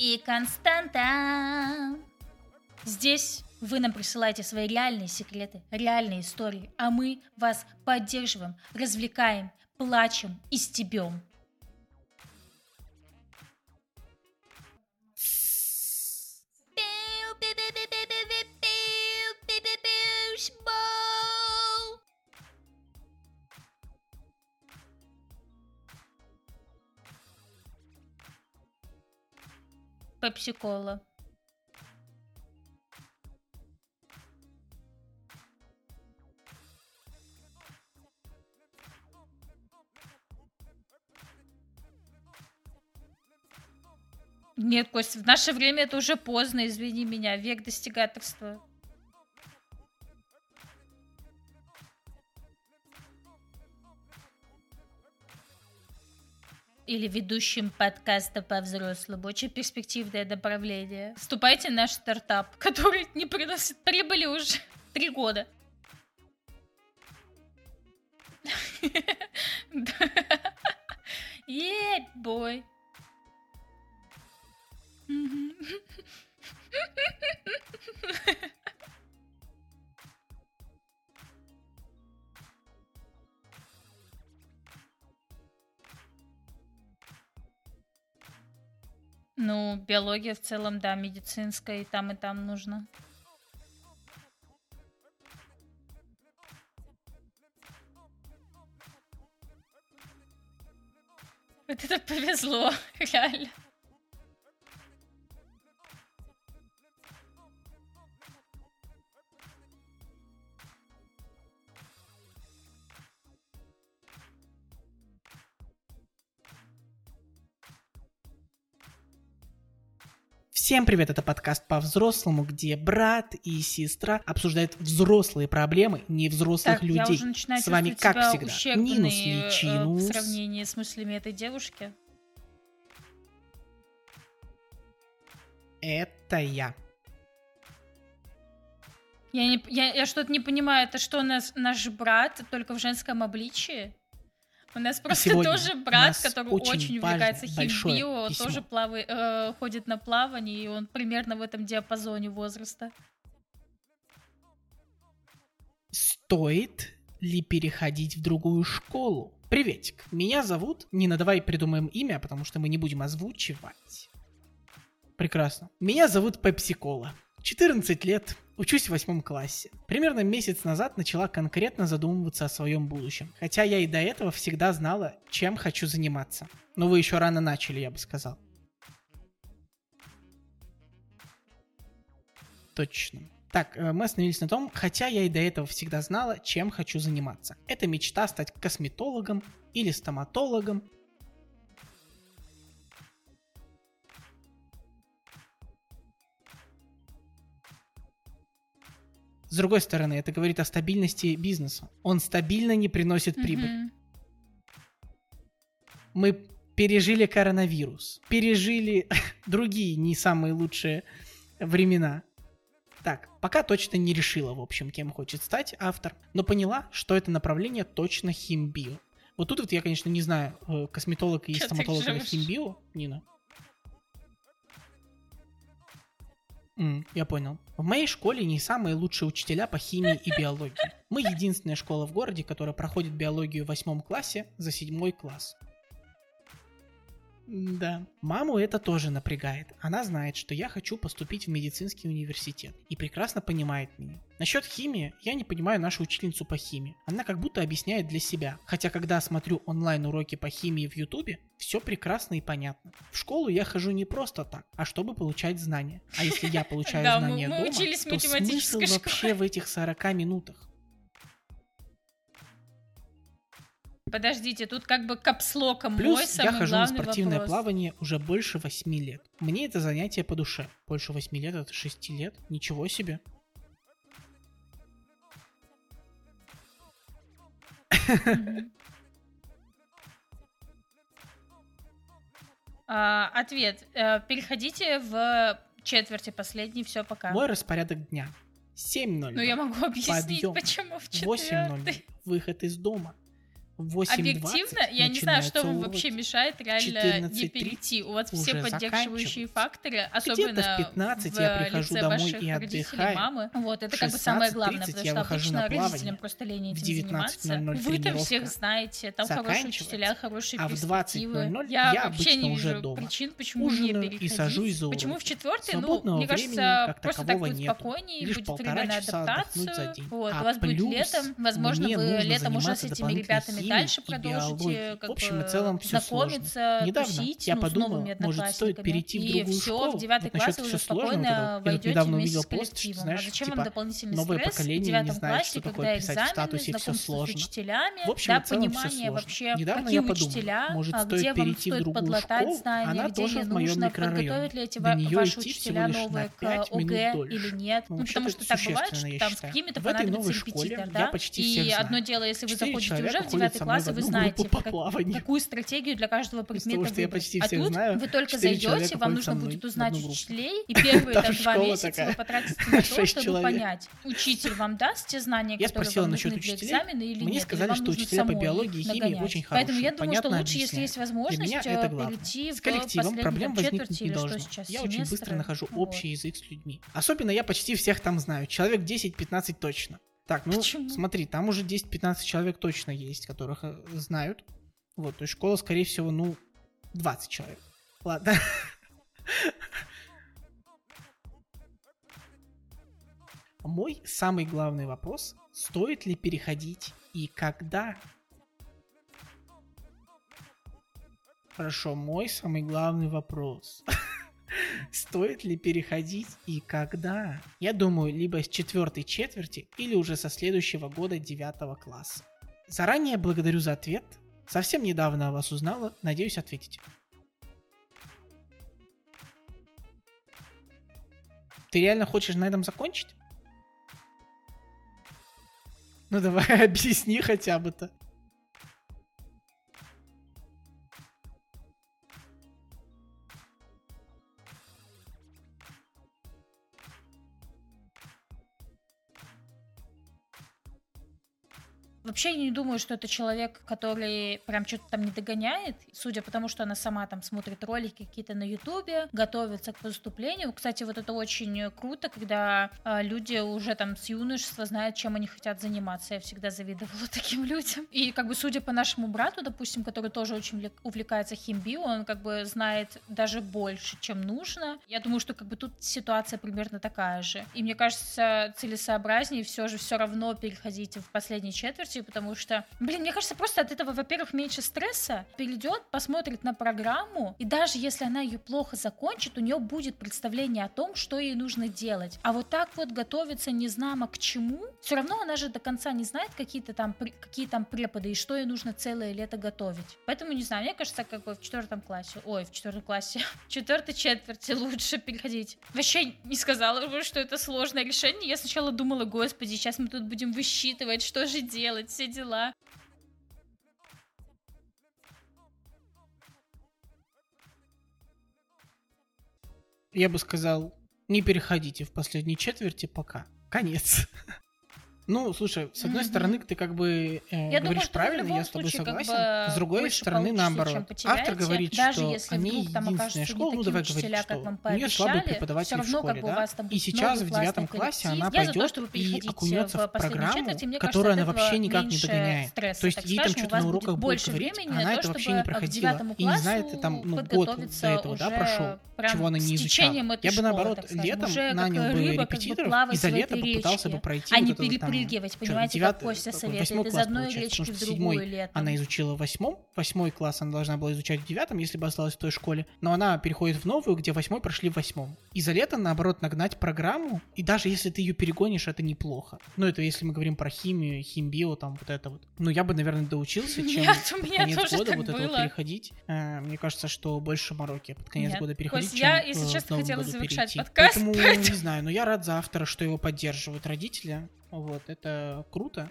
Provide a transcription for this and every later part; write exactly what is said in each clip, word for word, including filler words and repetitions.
и Константа. Здесь вы нам присылаете свои реальные секреты, реальные истории, а мы вас поддерживаем, развлекаем, плачем и стебем. Пепси-кола. Нет, Кость, в наше время это уже поздно, извини меня, век достигаторства. Или ведущим подкаста по-взрослому. Очень перспективное направление. Вступайте в наш стартап, который не приносит прибыли уже три года. Yeah, boy. Ну, биология в целом, да, медицинская, и там, и там нужно. Вот это повезло, реально. Всем привет, это подкаст по-взрослому, где брат и сестра обсуждают взрослые проблемы невзрослых так, людей. Я уже начинаю С вами, себя как всегда, Нинус Личинус. В сравнении с мыслями этой девушки. Это я. Я, не, я, я что-то не понимаю, это что, нас, наш брат только в женском обличии? У нас просто тоже брат, который очень, очень увлекается химбио, он тоже плавает, э, ходит на плавание, и он примерно в этом диапазоне возраста. Стоит ли переходить в другую школу? Приветик, меня зовут... Нина, давай придумаем имя, потому что мы не будем озвучивать. Прекрасно. Меня зовут Пепси-кола. четырнадцать лет, учусь в восьмом классе. Примерно месяц назад начала конкретно задумываться о своем будущем. Хотя я и до этого всегда знала, чем хочу заниматься. Но вы еще рано начали, я бы сказал. Точно. Так, мы остановились на том, хотя я и до этого всегда знала, чем хочу заниматься. Это мечта стать косметологом или стоматологом. С другой стороны, это говорит о стабильности бизнеса. Он стабильно не приносит mm-hmm. прибыль. Мы пережили коронавирус, пережили другие не самые лучшие времена. Так, пока точно не решила, в общем, кем хочет стать автор, но поняла, что это направление точно химбио. Вот тут вот я, конечно, не знаю, косметолог и стоматолог или химбио, Нина. Mm, я понял. В моей школе не самые лучшие учителя по химии и биологии. Мы единственная школа в городе, которая проходит биологию в восьмом классе за седьмой класс. Да. Маму это тоже напрягает. Она знает, что я хочу поступить в медицинский университет. И прекрасно понимает меня. Насчет химии, я не понимаю нашу учительницу по химии. Она как будто объясняет для себя. Хотя, когда смотрю онлайн-уроки по химии в Ютубе, все прекрасно и понятно. В школу я хожу не просто так, а чтобы получать знания. А если я получаю знания дома, то смысл вообще в этих сорока минутах? Подождите, тут как бы капслоком Плюс мой самый я хожу на спортивное вопрос. плавание уже больше восьми лет. Мне это занятие по душе. Больше восьми лет, это шести лет. Ничего себе. А, ответ. Переходите в четверти последний, все, пока. Мой распорядок дня. семь ноль ноль. Ну я могу объяснить, Подъем. почему в четвертый. восемь ноль ноль. Выход из дома. Объективно, я не знаю, что вам вообще мешает реально не перейти. У вас все поддерживающие факторы, особенно в пятнадцать в я прихожу лице домой ваших и родителей, отдыхаю. мамы. Вот, это как бы самое главное, потому что обычно родителям просто лень этим заниматься. Вы там всех знаете, там хорошие учителя, хорошие а перспективы. в Я, я вообще не уже вижу дома. причин, почему Ужинаю не переходить. И сажусь за Почему уроки. в четвертый? Ну, Свободного мне времени кажется, как просто так такового будет нету. спокойнее, Лишь будет полтора время на часа отдохнуть за адаптацию. день. Вот, А у вас будет плюс лето, возможно, мне вы нужно летом уже с заниматься этими ребятами дополнительной дальше химией и продолжите биологией. как В общем бы и целом всё знакомиться, Недавно тусить, я ну, подумал, с новыми может, стоит одноклассниками. перейти в И другую все, школу. в девятый Вот класс насчет вы всё уже сложно вот спокойно это вот. Я тут войдете недавно вместе увидел с пост, что, коллективом. знаешь, А зачем типа, вам дополнительный новое стресс в поколение не девятом знает, классе, что такое когда писать в экзамены, статусе, всё знакомство с сложно. учителями, В общем да, и целом всё понимание сложно. вообще, Недавно какие я подумал, учителя, может, а, стоит где вам перейти в стоит другую подлатать школу, знания, она где тоже не в моем нужно, микрорайоне. подготовят ли эти До ва- неё ваши идти учителя всего лишь новые на к пять минут ОГЭ дольше. или нет. Ну, Ну, потому вообще-то что это так бывает, существенно, что я там с считаю. какими-то В этой понадобится новой школе репетитор, я да? почти И всех одно знаю. дело, если вы Четыре заходите уже человека в ходят девятый со мной класс, в и вы одну знаете, группу по как- плаванию. какую стратегию для каждого Из того, предмета что я выбрать. почти А всех тут знаю, вы только четыре зайдете, человека вам ходят со нужно мной будет в узнать одну группу. учителей, и первые Там там два школа месяца такая. вы потратите на то, Шесть чтобы человек. понять, учитель вам даст те знания, Я которые спросила вам насчет нужны для учителей. экзамена или Мне нет, сказали, или вам что нужно учителя по самой биологии и их химии нагонять. очень Поэтому я хорошие, думаю, что понятно лучше, если объясняют. есть Для возможность, меня э, это главное. перейти С в коллективом последней проблем там возникнуть четверти не или что должно. сейчас, Я очень быстро семестра. нахожу Вот. общий язык с людьми. Особенно я почти всех там знаю. Человек десять-пятнадцать точно. Так, ну Почему? смотри, там уже десять-пятнадцать человек точно есть, которых э, знают. Вот, то есть школа, скорее всего, ну, двадцать человек. Ладно. Мой самый главный вопрос: стоит ли переходить и когда? Хорошо, мой самый главный вопрос. Стоит ли переходить и когда? Я думаю, либо с четвертой четверти, или уже со следующего года девятого класса. Заранее благодарю за ответ. Совсем недавно о вас узнала. Надеюсь, ответите. Ты реально хочешь на этом закончить? Ну давай, объясни хотя бы-то. Вообще, я не думаю, что это человек, который прям что-то там не догоняет, судя по тому, что она сама там смотрит ролики какие-то на Ютубе, готовится к поступлению. Кстати, вот это очень круто, когда а, люди уже там с юношества знают, чем они хотят заниматься. Я всегда завидовала таким людям. И как бы судя по нашему брату, допустим, который тоже очень влек- увлекается химбио, он как бы знает даже больше, чем нужно. Я думаю, что как бы тут ситуация примерно такая же. И мне кажется, целесообразнее все же все равно переходить в последней четверти, потому что, блин, мне кажется, просто от этого, во-первых, меньше стресса. Перейдет, посмотрит на программу, и даже если она ее плохо закончит, у нее будет представление о том, что ей нужно делать. А вот так вот готовиться незнамо к чему, все равно она же до конца не знает, какие-то там, какие там преподы и что ей нужно целое лето готовить. Поэтому, не знаю, мне кажется, как бы в четвертом классе, ой, в четвертом классе, в четвертой четверти лучше переходить. Вообще не сказала бы, что это сложное решение. Я сначала думала, господи, сейчас мы тут будем высчитывать, что же делать, все дела. Я бы сказал, не переходите в последней четверти пока. Конец. Ну, слушай, с одной mm-hmm. стороны, ты как бы э, я говоришь думаю, правильно, я с тобой случае, согласен. Как бы с другой стороны, наоборот. Автор говорит, даже что если они вдруг там единственная школа, ну давай говорить, что у нее слабый преподаватель в школе, как бы да? И сейчас в девятом классе она пойдет и окунется в программу, которую она вообще никак не догоняет. То есть ей там что-то на уроках будет говорить, а она это вообще не проходила. И не знает, там ну, год до этого, да, прошел, чего она не изучала. Я бы, наоборот, летом нанял бы репетиторов и за лето попытался бы пройти вот это там... Понимаете, как Костя советует, из одной речки в другую летом. Она изучила в восьмом, восьмой класс она должна была изучать в девятом, если бы осталась в той школе, но она переходит в новую, где восьмой прошли в восьмом. И за лето, наоборот, нагнать программу, и даже если ты ее перегонишь, это неплохо. Ну, это если мы говорим про химию, химбио, там вот это вот. Ну, я бы, наверное, доучился, чем Нет, под конец года вот это вот переходить. А, мне кажется, что больше мороки под конец Нет. года переходить, Кость, чем я, если в честно, новом хотела году завершать перейти. подкаст. Поэтому, поэтому... не знаю, но я рад за автора, что его поддерживают родители. Вот, это круто.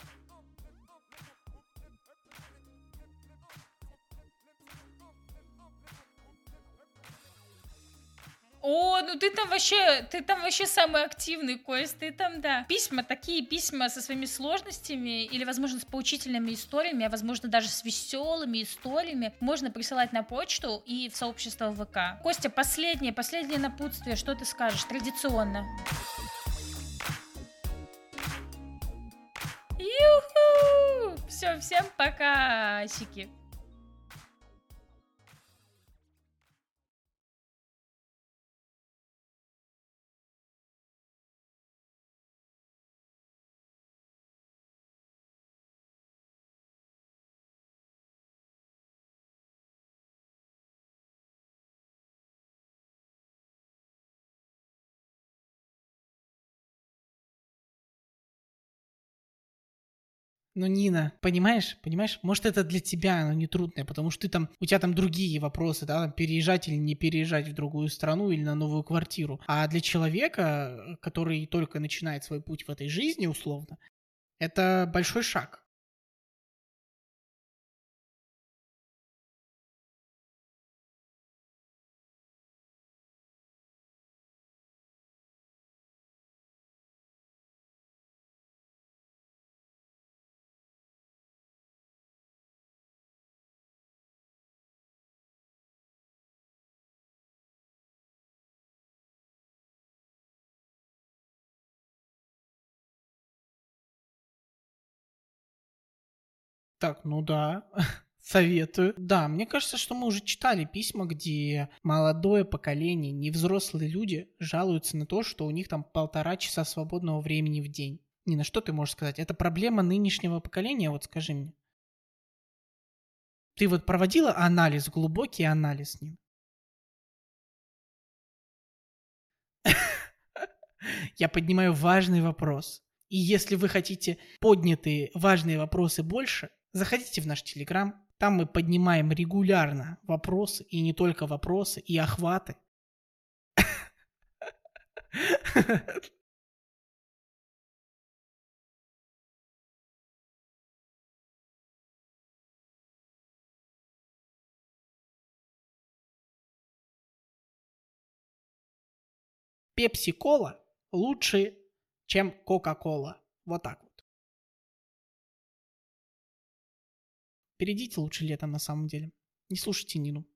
О, ну ты там вообще, ты там вообще самый активный, Кость, ты там, да. Письма, такие письма со своими сложностями или, возможно, с поучительными историями, а, возможно, даже с веселыми историями можно присылать на почту и в сообщество ВК. Костя, последнее, последнее напутствие, что ты скажешь традиционно? Юху! Все, всем пока, сики. Ну, Нина, понимаешь, понимаешь, может, это для тебя оно не трудное, потому что ты там, у тебя там другие вопросы, да, там, переезжать или не переезжать в другую страну или на новую квартиру. А для человека, который только начинает свой путь в этой жизни, условно, это большой шаг. Так, ну да, советую. Да, мне кажется, что мы уже читали письма, где молодое поколение, невзрослые люди жалуются на то, что у них там полтора часа свободного времени в день. Нина, что ты можешь сказать? Это проблема нынешнего поколения, вот скажи мне. Ты вот проводила анализ, глубокий анализ, Нина? Я поднимаю важный вопрос. И если вы хотите поднятые важные вопросы больше, заходите в наш Телеграм. Там мы поднимаем регулярно вопросы, и не только вопросы, и охваты. Пепси-кола лучше, чем Кока-кола. Вот так вот. Перейдите лучше летом на самом деле. Не слушайте Нину.